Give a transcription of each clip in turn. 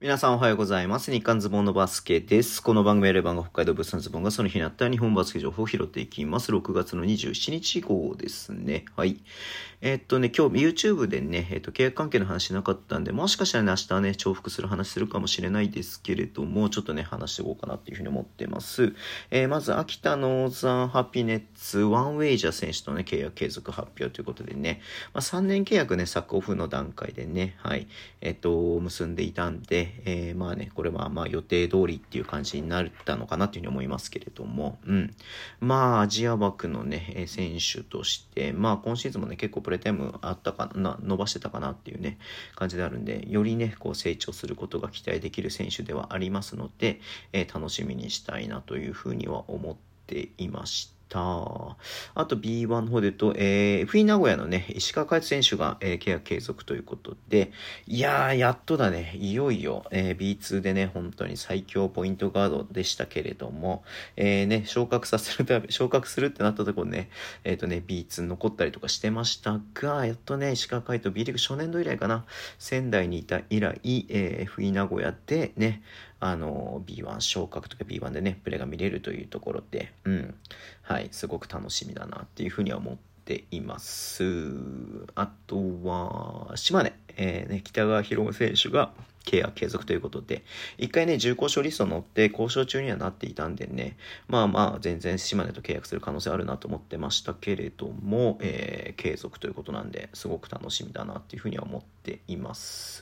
皆さんおはようございます。日刊ズボンのバスケです。この番組はレバンが北海道物産ズボンがその日にあった日本バスケ情報を拾っていきます。6月の27日号ですね。はい。今日 YouTube でね、契約関係の話なかったんで、もしかしたらね、明日はね、重複する話するかもしれないですけれども、ちょっとね、話していこうかなっていうふうに思ってます。まず、秋田ノーザンハピネッツ、ワンウェイジャー選手とね、契約継続発表ということでね、3年契約ね、サックオフの段階でね、はい、結んでいたんで、まあね、これはまあ予定通りっていう感じになったのかなっていうふうに思いますけれども、まあ、アジア枠のね、選手として、まあ、今シーズンもね、結構プレータイムあったかな、伸ばしてたかなっていうね、感じであるんで、よりね、こう成長することが期待できる選手ではありますので、楽しみにしたいなというふうには思っていました。あと B1 の方で言うと、FE 名古屋のね、石川海人選手が、契約継続ということで、いやー、やっとだね、いよいよ、B2 でね、本当に最強ポイントガードでしたけれども、昇格するってなったところね、B2 残ったりとかしてましたが、やっとね、石川海人 B リーグ初年度以来かな、仙台にいた以来、FE 名古屋でね、B1 昇格とか B1 でね、プレーが見れるというところで、はい、すごく楽しみだなっていうふうには思っています。あとは、島根、北川博夢選手が契約継続ということで、一回ね、重交渉リストに乗って交渉中にはなっていたんでね、まあ全然島根と契約する可能性あるなと思ってましたけれども、継続ということなんで、すごく楽しみだなっていうふうには思っています。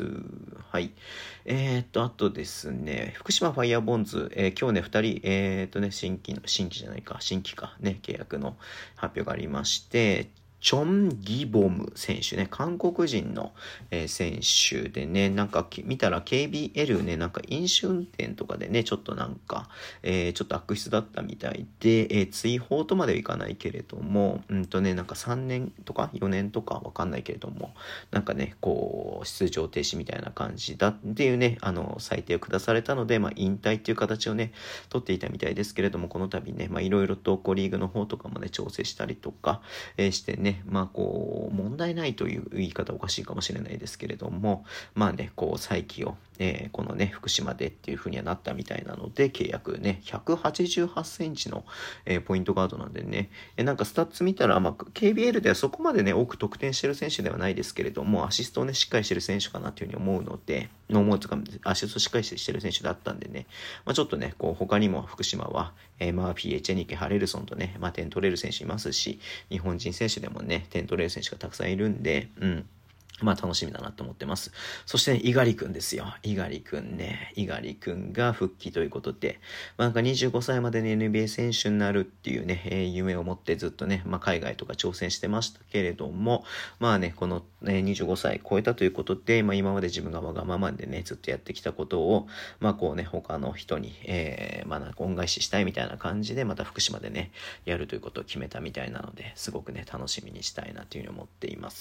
はい。あとですね、福島ファイヤーボンズ、今日ね、2人、新規か、ね、契約の発表がありまして、チョン・ギボム選手ね、韓国人の、選手でね、なんか見たら KBL ね、なんか飲酒運転とかでね、ちょっとなんか、ちょっと悪質だったみたいで、追放とまではいかないけれども、なんか3年とか4年とかわかんないけれども、なんかね、こう、出場停止みたいな感じだっていうね、裁定を下されたので、引退っていう形をね、取っていたみたいですけれども、この度ね、いろいろとこうリーグの方とかもね、調整したりとか、してね、こう、問題ないという言い方おかしいかもしれないですけれども、こう、再起を、このね、福島でっていう風にはなったみたいなので、契約ね、188センチの、ポイントガードなんでね、なんかスタッツ見たら、KBL ではそこまでね、多く得点してる選手ではないですけれども、アシストをね、しっかりしてる選手かなという風に思うので、アシストしっかりしてる選手だったんでね、ちょっとね、こう、他にも福島は、マーフィー、エチェニケ、ハレルソンとね、点取れる選手いますし、日本人選手でもね、点取れる選手がたくさんいるんで、楽しみだなと思ってます。そして、猪狩くんですよ。猪狩くんが復帰ということで、なんか25歳までに NBA 選手になるっていうね、夢を持ってずっとね、海外とか挑戦してましたけれども、この、25歳超えたということで、今まで自分がわがままでね、ずっとやってきたことを、こうね、他の人に、なんか恩返ししたいみたいな感じで、また福島でね、やるということを決めたみたいなので、すごくね、楽しみにしたいなというふうに思っています。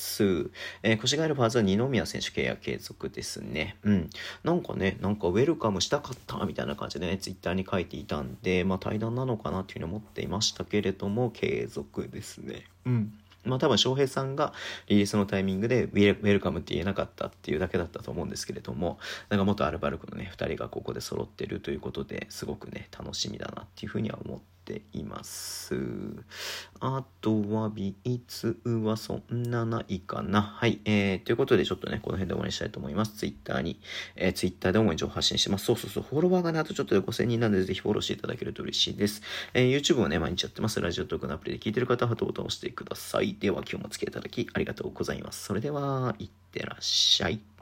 越谷ファーズは二宮選手契約継続ですね。なんかウェルカムしたかったみたいな感じでね、ツイッターに書いていたんで、対談なのかなっていうふうに思っていましたけれども、継続ですね。多分翔平さんがリリースのタイミングでウェルカムって言えなかったっていうだけだったと思うんですけれども、なんか元アルバルクのね、2人がここで揃ってるということで、すごくね、楽しみだなっていうふうには思っています。あとは B2 はそんなないかな。はい。ということでちょっとね、この辺で終わりにしたいと思います。ツイッターで主に情報発信してます。そう、フォロワーがね、あとちょっとで5000人なんで、ぜひフォローしていただけると嬉しいです。YouTube をね、毎日やってます。ラジオトークのアプリで聞いてる方はハートボタンを押してください。では今日もお付き合いいただきありがとうございます。それでは、いってらっしゃい。